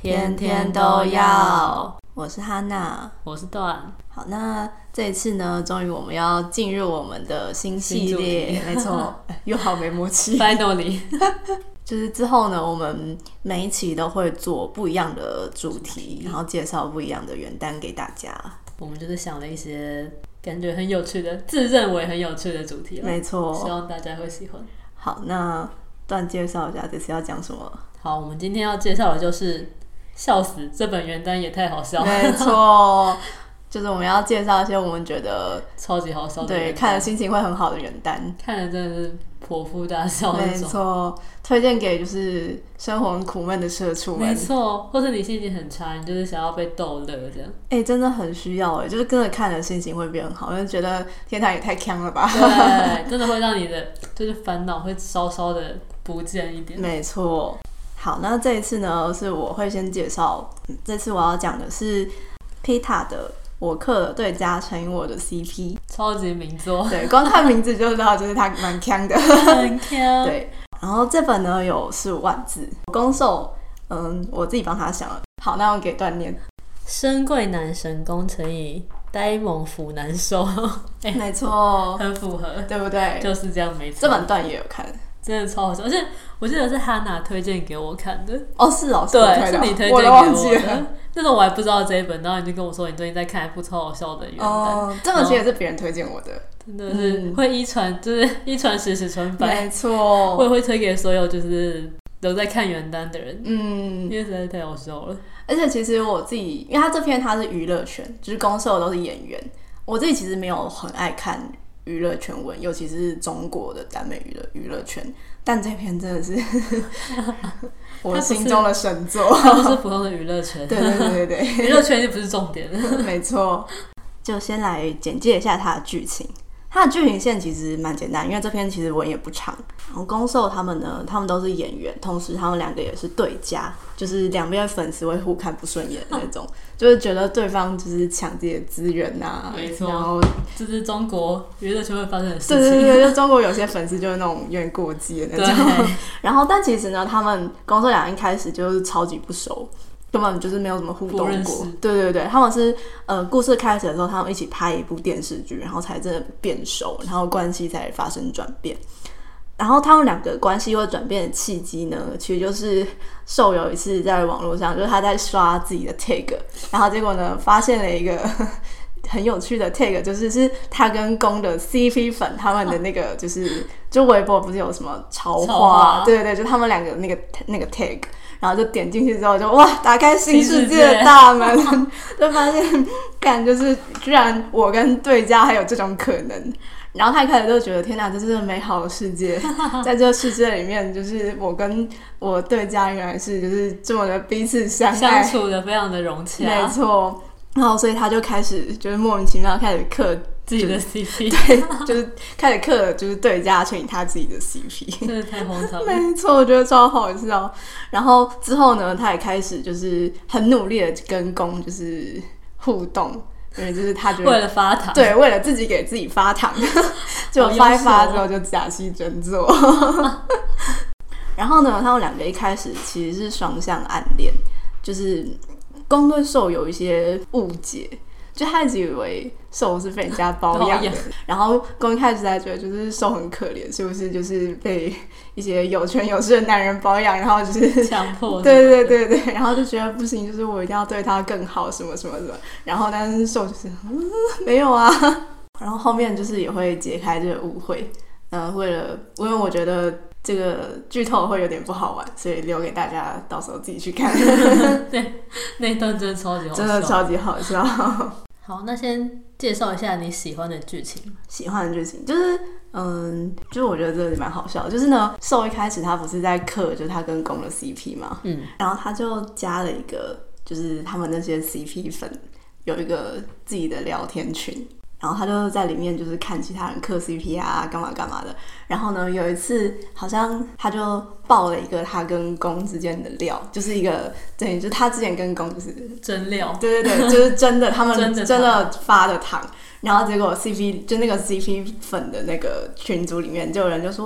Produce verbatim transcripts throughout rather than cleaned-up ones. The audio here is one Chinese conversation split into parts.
天天都要。我是哈娜， 我是段。 好，那这一次呢，终于我们要进入我们的新系列，没错，又好没默契。 Finally， 就是之后呢，我们每一期都会做不一样的主题，然后介绍不一样的元旦给大家。 我们就是想了一些感觉很有趣的，自认为很有趣的主题， 没错， 希望大家会喜欢。 好，那段介绍一下这次要讲什么。 好，我们今天要介绍的就是笑死，这本元旦也太好笑了。 没错，就是我们要介绍一些我们觉得超级好笑的元旦， 对，看了心情会很好的元旦， 看了真的是剖腹大笑那种。 没错，推荐给就是生活很苦闷的社畜们。 没错，或是你心情很差，你就是想要被逗乐这样。 哎、欸，真的很需要哎，就是跟着看了心情会变很好，因为觉得天堂也太强了吧。 对，真的会让你的就是烦恼会稍稍的不见一点。 没错。好，那这一次呢，是我会先介绍。这次我要讲的是 Pita 的我克了对家乘以我的 C P， 超级名作。 对，光看名字就知道，就是他蛮强的， 很强。 对，然后这本呢有十五万字，攻受，嗯，我自己帮他想了。好，那我给段念。 深贵男神功乘以呆萌腐男受，欸、 没错， 很符合， 对不对？ 就是这样，没错。 这本段也有看。 真的超好笑，而且我记得是哈娜推荐给我看的。 哦，是哦，是对，是你推荐给我的。 我忘记了， 那时候我还不知道这一本，然后你就跟我说你最近在看一部超好笑的元旦。 哦，这本其实也是别人推荐我的， 真的是会一传，就是一传十，十传百。 没错， 我也会推给所有就是有在看元旦的人。 嗯， 因为实在是太好笑了。 而且其实我自己，因为他这篇他是娱乐圈，就是攻受的都是演员，我自己其实没有很爱看娱乐圈文，尤其是中国的耽美娱乐娱乐圈。但这篇真的是我心中的神作， 它不是普通的娱乐圈， 对对对对对， 娱乐圈就不是重点， 没错。就先来简介一下它的剧情。它的剧情线其实蛮简单，因为这篇其实文也不长。然后攻受他们呢，他们都是演员，同时他们两个也是对家，就是两边粉丝会互看不顺眼的那种，就是觉得对方就是抢自己的资源啊， 没错， 然后这是中国娱乐圈会发生的事情。 对对对，就中国有些粉丝就是那种有点过激的那种。然后，但其实呢，他们攻受两人一开始就是超级不熟。根本就是没有什么互动过，对对对，他们是呃故事开始的时候，他们一起拍一部电视剧，然后才真的变熟，然后关系才发生转变。然后他们两个关系会转变的契机呢，其实就是受有一次在网络上，就是他在刷自己的 tag， 然后结果呢发现了一个很有趣的 tag， 就是是他跟攻的 C P 粉他们的那个就是就微博不是有什么潮话，对对对，就他们两个那个那个 tag。然后就点进去之后就哇，打开新世界的大门，就发现干就是居然我跟对家还有这种可能。然后他一开始就觉得天哪，这是美好的世界，在这个世界里面，就是我跟我对家原来是就是这么的彼此相爱， 相处的非常的融洽， 没错。然后所以他就开始就是莫名其妙开始嗑自己的 C P， 对，就是开始嗑就是对家乘以他自己的 C P， 真的太荒唐了。 没错，我觉得超好笑。然后之后呢，他也开始就是很努力的跟攻就是互动，因为就是他觉得为了发糖， 对，为了自己给自己发糖，结果发一发之后就假戏真做。然后呢，他们两个一开始其实是双向暗恋，就是攻对受有一些误解。就他一直以为受是被人家包养的，然后攻一开始才觉得就是受很可怜，是不是就是被一些有权有势的男人包养，然后就是强迫， 对对对对，然后就觉得不行，就是我一定要对他更好，什么什么什么，然后但是受就是嗯没有啊，然后后面就是也会解开这个误会，嗯、呃，为了因为我觉得这个剧透会有点不好玩，所以留给大家到时候自己去看。 对，那一段真的超级好笑， 真的超级好笑。 好，那先介绍一下你喜欢的剧情。 喜欢的剧情就是，嗯，就是我觉得这个蛮好笑的。就是呢，受一开始他不是在嗑，就是他跟攻的 C P 嘛，嗯，然后他就加了一个，就是他们那些 C P 粉有一个自己的聊天群。然后他就在里面就是看其他人嗑 C P 啊，干嘛干嘛的。然后呢，有一次好像他就爆了一个他跟攻之间的料，就是一个等于就是他之前跟攻就是真料， 对对对，就是真的，他们真的真的发的糖。然后结果 C P 就那个 C P 粉的那个群组里面，就有人就说。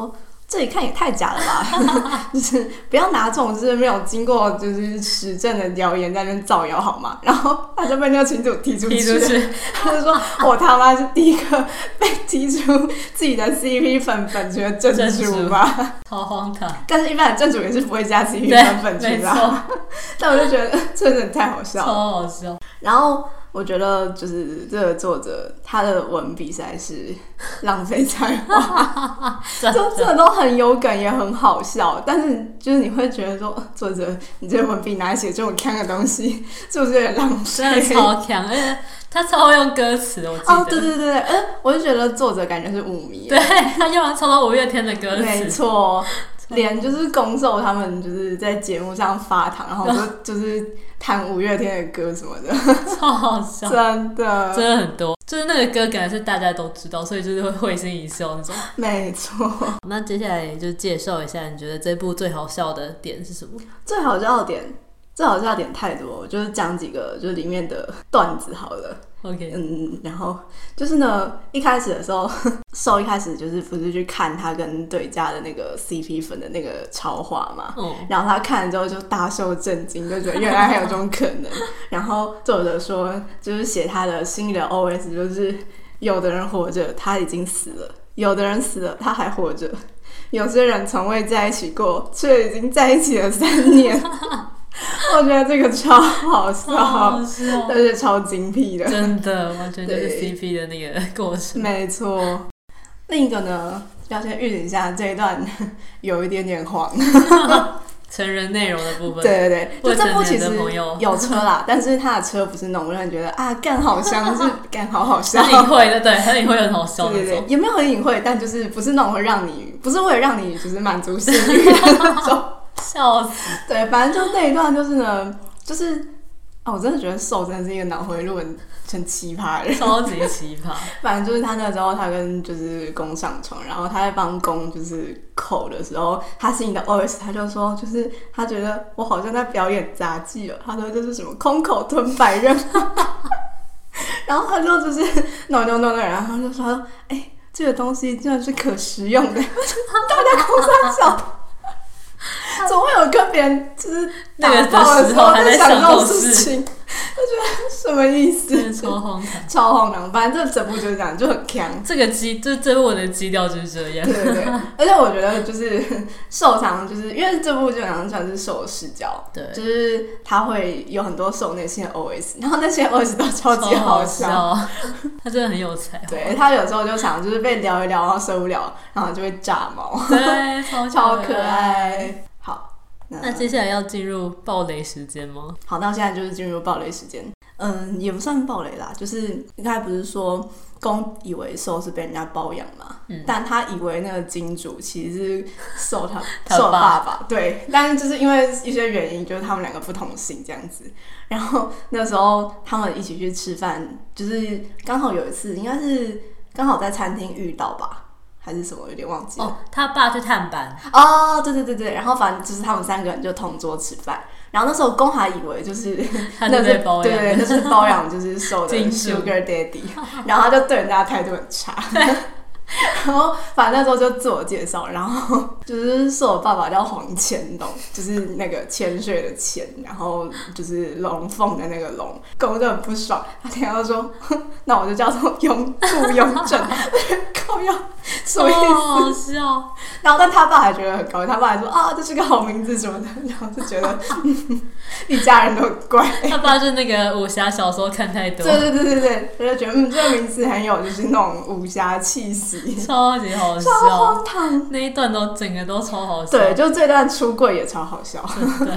这一看也太假了吧就是不要拿这种就是没有经过就是实证的谣言在那边造谣好吗？然后他就被那个群主踢出去，踢出去他就说我他妈是第一个被踢出自己的 C P 粉粉群的正主吧， 超荒唐。 但是一般的正主也是不会加 C P 粉粉群的，但我就觉得真的太好笑了， 超好笑。 然后我觉得就是这个作者他的文笔实在是浪费才华就真的都很有梗也很好笑，但是就是你会觉得说作者你这个文笔拿来写这种强的东西是不是有点浪费？ 真的超强，而且他超会用歌词的，我记得。 哦，对对对，呃，我就觉得作者感觉是舞迷， 对，他用了超多五月天的歌词， 没错。连就是攻受他们就是在节目上发糖，然后就就是弹五月天的歌什么的， 超好笑， 真的真的很多，就是那个歌感觉是大家都知道，所以就是会会心一笑那种。 没错。 那接下来就介绍一下，你觉得这部最好笑的点是什么？ 最好笑的点，最好笑的点太多，我就是讲几个就是里面的段子好了。 OK， 嗯，然后就是呢，一开始的时候，受一开始就是不是去看他跟对家的那个 C P 粉的那个超话嘛，嗯，然后他看了之后就大受震惊，就觉得原来还有这种可能。然后作者说，就是写他的心里的 O S 就是，有的人活着，他已经死了；有的人死了，他还活着；有些人从未在一起过，却已经在一起了三年。我觉得这个超好笑， 好笑， 而且超精辟的， 真的完全就是 C P 的那个过程。 没错。另一个呢，要先预警一下，这一段有一点点黄， 成人内容的部分。 对对对，就这部其实有有车啦，但是他的车不是那种让人觉得啊干好香，是干好好笑， 很隐晦的，对，很隐晦，很好笑对对对，也没有很隐晦，但就是不是那种会让你，不是为了让你就是满足性欲的那种。 笑死！ 对，反正就那一段就是呢，就是啊、哦，我真的觉得受真的是一个脑回路很很奇葩的人， 超级奇葩。 反正就是他那时候，他跟就是公上床，然后他在帮公就是口的时候，他心里的 O S 他就说，就是他觉得我好像在表演杂技了，他说这是什么空口吞百刃，然后他就就是 no no no no， 然后他就说，哎、欸，这个东西真的是可食用的，大家空上笑。总会有跟别人就是打炮的时候在想这种事情，就觉得什么意思？ 超荒唐， 超荒唐。反正这整部就是这样，就很强。 这个基，就这部的基调就是这样。 对对对，而且我觉得就是受常，就是因为这部基本上算是受视角，对，就是他会有很多受内心的 O S， 然后那些 O S 都超级好笑， 好笑他真的很有才华。 对，他有时候就想就是被聊一聊，然后受不了，然后就会炸毛， 对，超超可爱。 那, 那接下来要进入爆雷时间吗？ 好，那现在就是进入爆雷时间。嗯，也不算爆雷啦，就是刚才不是说公以为受是被人家包养嘛、嗯，但他以为那个金主其实是受他受爸爸，对，但是就是因为一些原因，就是他们两个不同姓这样子。然后那时候他们一起去吃饭，就是刚好有一次，应该是刚好在餐厅遇到吧。还是什么，有点忘记了。 哦，他爸去探班。 哦，对对对对，然后反正就是他们三个人就同桌吃饭，然后那时候公还以为就是他是被包养， 对，那是包养就是受的 Sugar Daddy， 然后他就对人家态度很差。然后反正那时候就自我介绍，然后就是说我爸爸叫黄千龙，就是那个千岁的千，然后就是龙凤的那个龙，公就很不爽，他听到说，那我就叫做雍顾雍正，靠腰，什么意思？ 好笑。 然后但他爸还觉得很高兴，他爸还说啊这是个好名字什么的，然后就觉得一家人都很怪。 他爸就是那个武侠小说看太多， 对对对对对，他就觉得嗯这个名字很有就是那种武侠气息。 超级好笑， 超荒唐， 那一段都整个都超好笑。 对，就这段出柜也超好笑。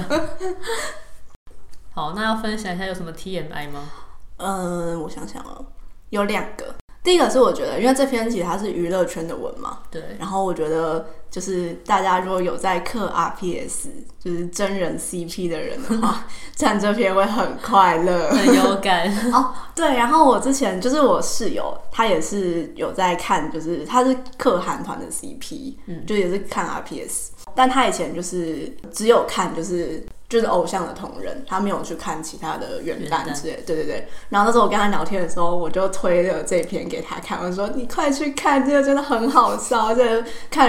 好，那要分享一下有什么 T M I 吗？ 嗯，我想想哦，有两个。第一个是我觉得，因为这篇其实它是娱乐圈的文嘛， 对。 然后我觉得就是大家如果有在嗑 R P S， 就是真人 C P 的人的话，看这篇会很快乐， 很有感。 哦，对。然后我之前就是我室友，他也是有在看，就是他是嗑韩团的 C P，嗯，就也是看 R P S， 但他以前就是只有看就是。就是偶像的同人，他没有去看其他的原耽之类的，对对对。然后那时候我跟他聊天的时候，我就推了这篇给他看，我说你快去看，这个真的很好笑，这个看人会觉得很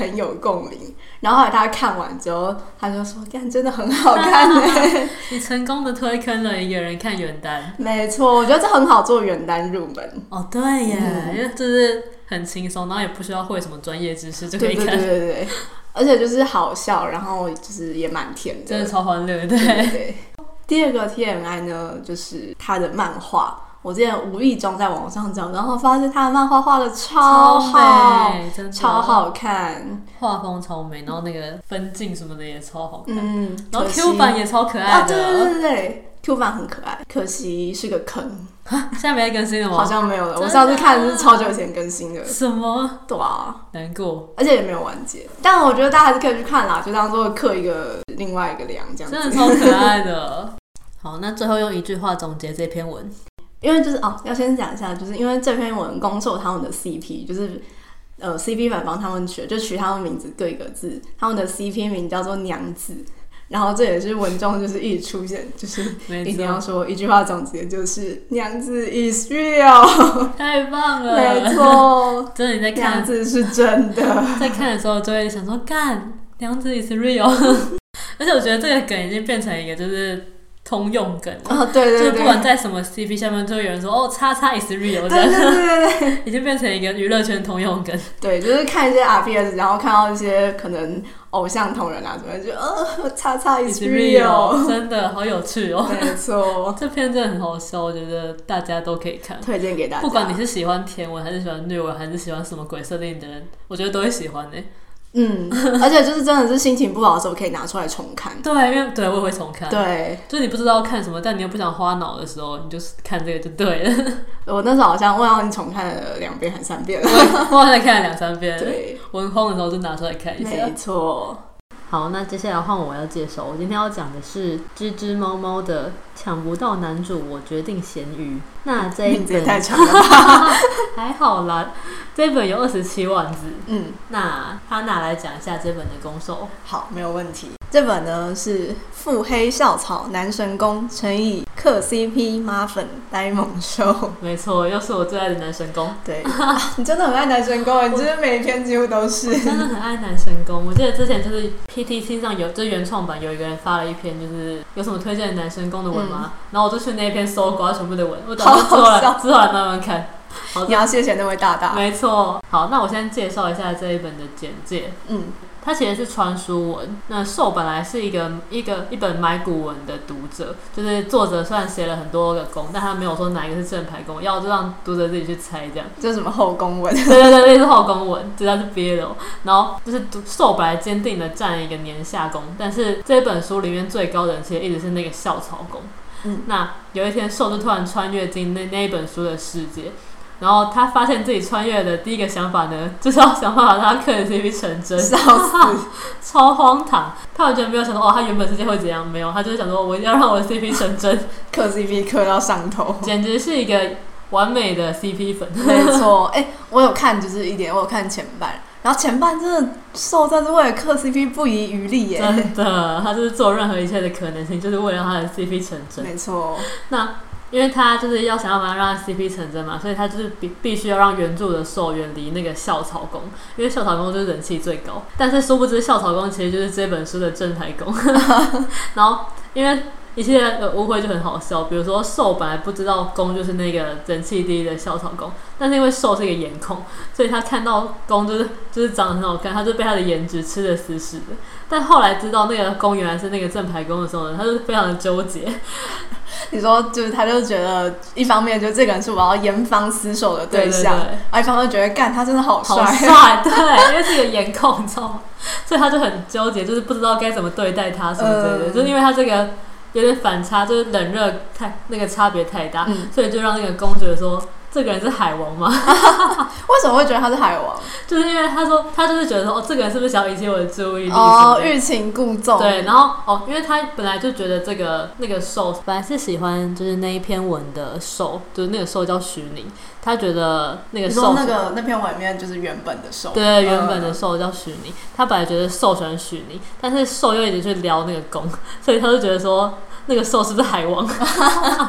很有共鸣。然后后来他看完之后，他就说：“干，真的很好看耶！” 你成功的推坑了一个人看原耽。 没错，我觉得这很好做原耽入门。 哦，对耶，嗯、因为就是很轻松，然后也不需要会什么专业知识就可以看。 对对对对对，而且就是好笑，然后就是也蛮甜的， 真的超欢乐。对。 对对对。第二个 T M I 呢，就是他的漫画。我之前无意中在网上找，然后发现他的漫画画的超好， 真的超好看， 画风超美，然后那个分镜什么的也超好看，嗯，然后 Q 版也超可爱的， 啊、对对对对 ，Q 版很可爱，可惜是个坑， 现在没在更新了吗？ 好像没有了，我上次看的是超久以前更新的， 什么？ 对啊， 难过， 而且也没有完结，但我觉得大家还是可以去看啦，就当做刻一个另外一个梁这样子， 真的超可爱的。好，那最后用一句话总结这篇文。 因为就是哦，要先讲一下，就是因为这篇文攻受他们的 C P， 就是呃 C P 反方他们取就取他们名字各一个字，他们的 C P 名叫做娘子，然后这也是文中就是一直出现，就是一定要说一句话总结，就是娘子 is real， 太棒了， 没错， 真的你在看娘子是真的， 在看的时候就会想说干娘子 is real， 而且我觉得这个梗已经变成一个就是。通用梗哦，对对对， 就是不管在什么 C P 下面，就会有人说哦，叉叉 is real， 对对对对， 已经变成一个娱乐圈通用梗。 对，就是看一些 R P S， 然后看到一些可能偶像同人啊什么，就呃，叉叉 is real， 真的好有趣哦。 没错， 这篇真的很好笑，我觉得大家都可以看， 推荐给大家。 不管你是喜欢甜文，还是喜欢虐文，还是喜欢什么鬼设定的人，我觉得都会喜欢的、欸。 嗯，而且就是真的是心情不好的时候可以拿出来重看。 对，因为对我也会重看。对，就是你不知道看什么，但你又不想花脑的时候，你就是看这个就对了。 我那时候好像问到你重看了两遍还三遍了， 我好像看了两三遍。 对， 文荒的时候就拿出来看一下。 没错。 好，那接下来换我要介绍。我今天要讲的是只只猫猫的抢不到男主，我决定咸鱼。那这一本也太长了吧？ 还好啦，这本有二十七万字。 嗯， 那他拿来讲一下这本的攻受。 好，没有问题。这本呢是腹黑校草男神攻乘以嗑 C P 妈粉呆萌兽。 没错，又是我最爱的男神攻。 对、啊，你真的很爱男神攻，你就是每一篇几乎都是。 我真的很爱男神攻。我记得之前就是 P T T 上有，就是原创版有一个人发了一篇，就是有什么推荐的男神攻的文吗？嗯、然后我就去那篇搜刮全部的文，我打算之后来之后来慢慢看。好， 你要谢谢那位大大。 没错。好，那我先介绍一下这一本的简介。嗯。它其实是穿书文，那受本来是一个一个一本买古文的读者，就是作者虽然写了很多个宫，但他没有说哪一个是正牌宫，要就让读者自己去猜这样。 这是什么后宫文？ 对对对，类似后宫文，这叫是 B L。然后就是受本来坚定的占一个年下宫，但是这本书里面最高人气的一直是那个校草宫。嗯，那有一天受就突然穿越进那那一本书的世界。然后他发现自己穿越的第一个想法呢，就是要想办法让他嗑的 C P 成真， 笑死， 超荒唐。他完全没有想到哦，他原本世界会怎样，没有，他就是想说我一定要让我的 C P 成真， 嗑 C P 嗑到上头， 简直是一个完美的 C P 粉。 没错，哎、欸，我有看，就是一点，我有看前半，然后前半真的受真是为了嗑 C P 不遗余力耶， 真的，他就是做任何一切的可能性，就是为了让他的 C P 成真。 没错， 那。因为他就是要想要把它让 C P 成真嘛，所以他就是必必须要让原著的受远离那个校草宫，因为校草宫就是人气最高。但是殊不知校草宫其实就是这本书的正牌宫。然后因为一切的误会就很好笑，比如说受本来不知道宫就是那个人气第一的校草宫，但是因为受是一个颜控，所以他看到宫就是就是长得很好看，他就被他的颜值吃得死死的。但后来知道那个宫原来是那个正牌宫的时候呢，他就非常的纠结。 你说就是他就觉得一方面就这个人是我要严防死守的对象，而一方面就觉得干他真的好帅， 好帅，对，因为是一个颜控，你知道吗？所以他就很纠结，就是不知道该怎么对待他什么之类的，嗯、就是因为他这个有点反差，就是冷热太那个差别太大，嗯、所以就让那个公觉得说。这个人是海王吗？ 为什么会觉得他是海王？ 就是因为他说他就是觉得说，哦，这个人是不是想要引起我的注意力？ 哦，欲擒故纵。 对，然后哦，因为他本来就觉得这个那个受本来是喜欢就是那一篇文的受，就是那个受叫徐宁，他觉得那个受那个那篇文里面就是原本的受， 对，原本的受叫徐宁，他本来觉得受喜欢徐宁，但是受又一直去撩那个公，所以他就觉得说那个受是不是海王？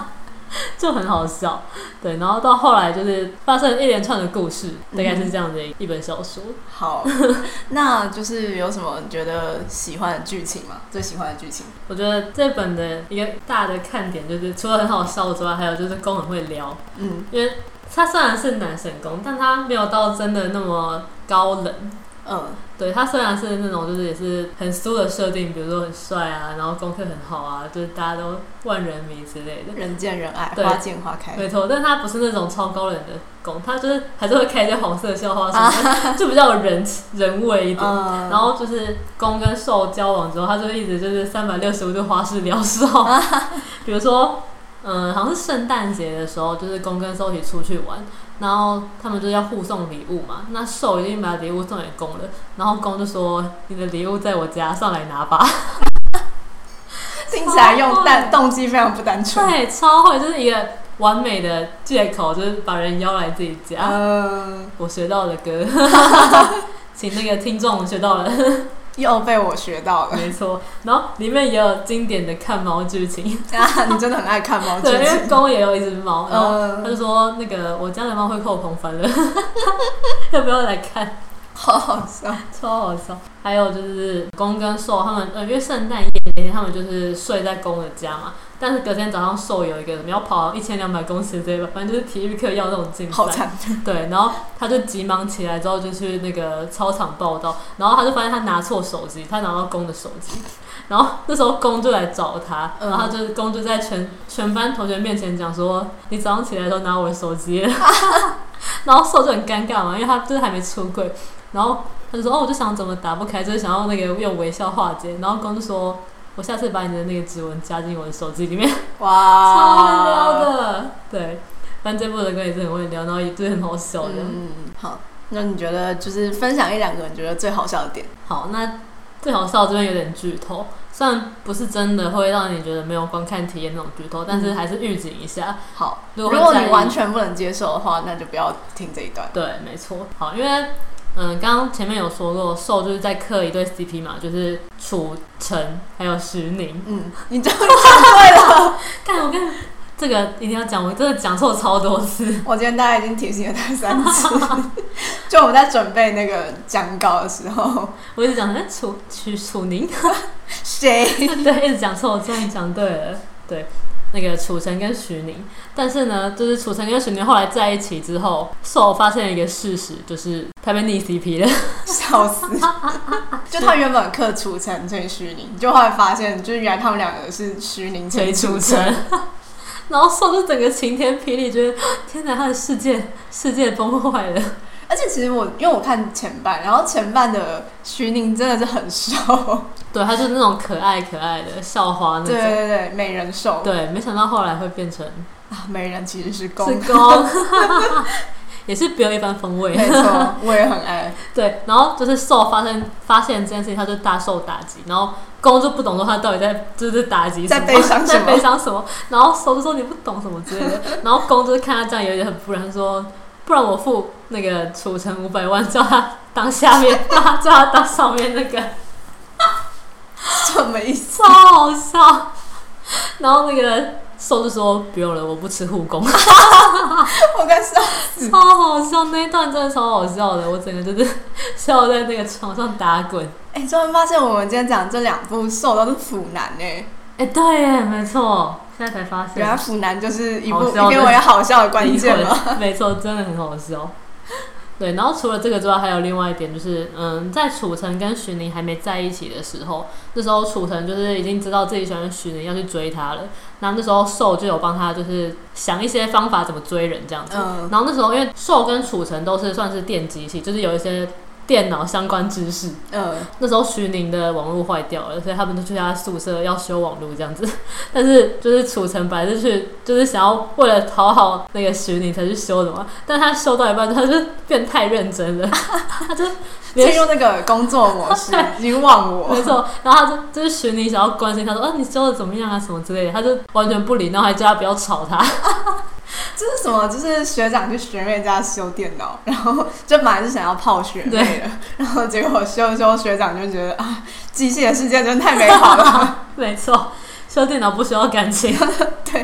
就很好笑。对，然后到后来就是发生一连串的故事，大概是这样的一本小说。 好，那就是有什么你觉得喜欢的剧情吗？最喜欢的剧情？ 我觉得这本的一个大的看点就是除了很好笑之外，还有就是攻很会撩。嗯，因为他虽然是男神攻，但他没有到真的那么高冷。嗯，对，他虽然是那种就是也是很酥的设定，比如说很帅啊，然后功课很好啊，就是大家都万人迷之类的， 人见人爱，花见花开。 没错，但他不是那种超高冷的攻，他就是还是会开一些黄色笑话什么的，啊、就比较有人人味一点。嗯、然后就是攻跟受交往之后，他就一直就是三百六十五度花式撩受，啊、比如说。嗯，好像是圣诞节的时候，就是攻跟受一起出去玩，然后他们就要互送礼物嘛。那受已经把礼物送给攻了，然后攻就说：“你的礼物在我家，上来拿吧。” 听起来用单动机非常不单纯。 对，超会，就是一个完美的借口，就是把人邀来自己家。嗯，我学到的歌，请那个听众学到了。 又被我学到了， 没错。然后里面也有经典的看猫剧情啊，你真的很爱看猫剧情。 对，因为公也有一只猫，然后他就说那个我家的猫会扣棚翻了，要不要来看？ 好好笑， 超好笑。还有就是公跟受他们，呃，因为圣诞夜那天他们就是睡在公的家嘛，但是隔天早上受有一个要跑一千两百公尺之类的，反正就是体育课要那种竞赛。 好惨。 对，然后他就急忙起来之后就去那个操场报到，然后他就发现他拿错手机，他拿到公的手机，然后那时候公就来找他，然后他就公就在全全班同学面前讲说：“你早上起来的时候拿我的手机了。”然后受就很尴尬嘛，因为他就是还没出柜，然后他就说：“哦，我就想怎么打不开，就是想要那个用微笑化解。”然后公就说：“我下次把你的那个指纹加进我的手机里面。”哇，超会撩的，对。反正这部的歌也是很会撩，然后也是很好笑的。 嗯，好，那你觉得就是分享一两个你觉得最好笑的点？ 好，那最好笑这边有点剧透，虽然不是真的会让你觉得没有观看体验那种剧透，但是还是预警一下。 好，如果你完全不能接受的话，那就不要听这一段。 对，没错。好，因为嗯，刚刚前面有说过，受就是在刻一对 C P 嘛，就是楚成还有徐宁。嗯， 你终于讲对了。 看我跟这个一定要讲，我真的讲错超多次。 我今天大概已经提醒了他三次。就我们在准备那个讲稿的时候， 我一直讲哎楚楚楚宁， 谁？ 对，一直讲错，我终于讲对了。对，那个楚成跟徐宁，但是呢，就是楚成跟徐宁后来在一起之后，受发现了一个事实，就是他被逆 C P 了。 笑死！就他原本克楚成追徐宁，就后来发现，就是原来他们两个是徐宁追楚成。然后受就整个晴天霹雳，觉得天哪，他的世界世界崩坏了。而且其实我因为我看前半，然后前半的徐宁真的是很瘦， 对，他就是那种可爱可爱的校花那种， 对对对，美人瘦。 对，没想到后来会变成啊，美人其实是攻， 是攻，也是别有一番风味。 没错，我也很爱。 对，然后就是受发现发现这件事情，他就大受打击，然后攻就不懂说他到底在就是打击什么， 在悲伤什么， 在悲伤什么，然后受就说你不懂什么之类的，然后攻就是看他这样有点很不然，说不然我付那个楚成五百万叫他当下面，叫他叫他当上面那个， 什么意思？ 超好笑。然后那个受就说不用了，我不吃护工。 我该笑死， 超好笑，那一段真的超好笑的，我整个就是笑在那个床上打滚。 哎、欸，突然发现我们今天讲这两部受都是腐男哎、欸， 哎、欸，对耶，没错，现在才发现， 原来腐男就是一部一篇为好笑的关键嘛。 没错，真的很好笑。对，然后除了这个之外，还有另外一点就是，嗯，在楚成跟徐宁还没在一起的时候，那时候楚成就是已经知道自己喜欢徐宁，要去追她了。然后那时候受就有帮他，就是想一些方法怎么追人这样子。嗯、然后那时候因为受跟楚成都是算是电机系，就是有一些电脑相关知识。嗯，那时候徐宁的网络坏掉了，所以他们就去他宿舍要修网络这样子。但是就是楚成本来是去，就是想要为了讨好那个徐宁才去修的嘛。但他修到一半，他就变太认真了，他就进入那个工作模式，已经忘我。 没错，然后他就就是徐宁想要关心他说，啊你修的怎么样啊什么之类的，他就完全不理，然后还叫他不要吵他。 这是什么？就是学长去学妹家修电脑，然后就本来是想要泡学妹的，然后结果修一修，学长就觉得啊，机械的世界真的太美好了。 没错，修电脑不需要感情。 对，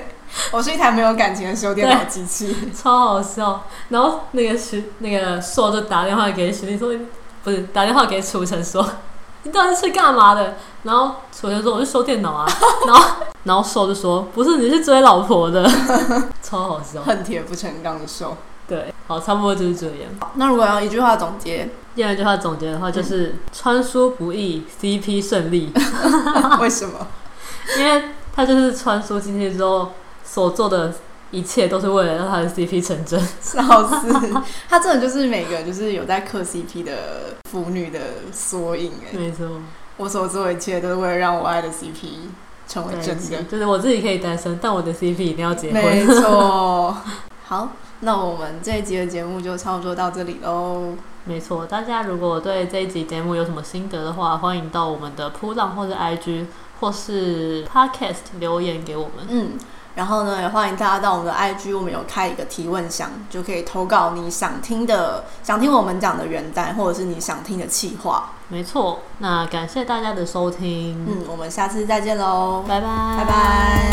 我是一台没有感情的修电脑机器， 超好笑。然后那个徐那个硕就打电话给徐丽说，不是打电话给楚成说，你到底是干嘛的？然后楚成说我是修电脑啊。然后然后硕就说不是，你是追老婆的，超好笑， 恨铁不成钢的硕。 对，好，差不多就是这样。 那如果要一句话总结， 第二句话总结的话就是、嗯、穿书不易 ，C P 顺利。 为什么？ 因为他就是穿书进去之后所做的一切都是为了让他的 C P 成真。 笑死！他真的就是每个就是有在嗑 C P 的腐女的缩影哎。 没错， 我所做的一切都是为了让我爱的 C P 成为真的。 就是我自己可以单身，但我的 C P 一定要结婚。 没错。好。那我们这一集的节目就差不多到这里喽。 没错，大家如果对这一集节目有什么心得的话，欢迎到我们的噗浪或者 I G 或是 Podcast 留言给我们。 嗯，然后呢，也欢迎大家到我们的 I G， 我们有开一个提问箱，就可以投稿你想听的、想听我们讲的元旦，或者是你想听的企划。 没错，那感谢大家的收听。 嗯，我们下次再见喽， 拜拜， 拜拜。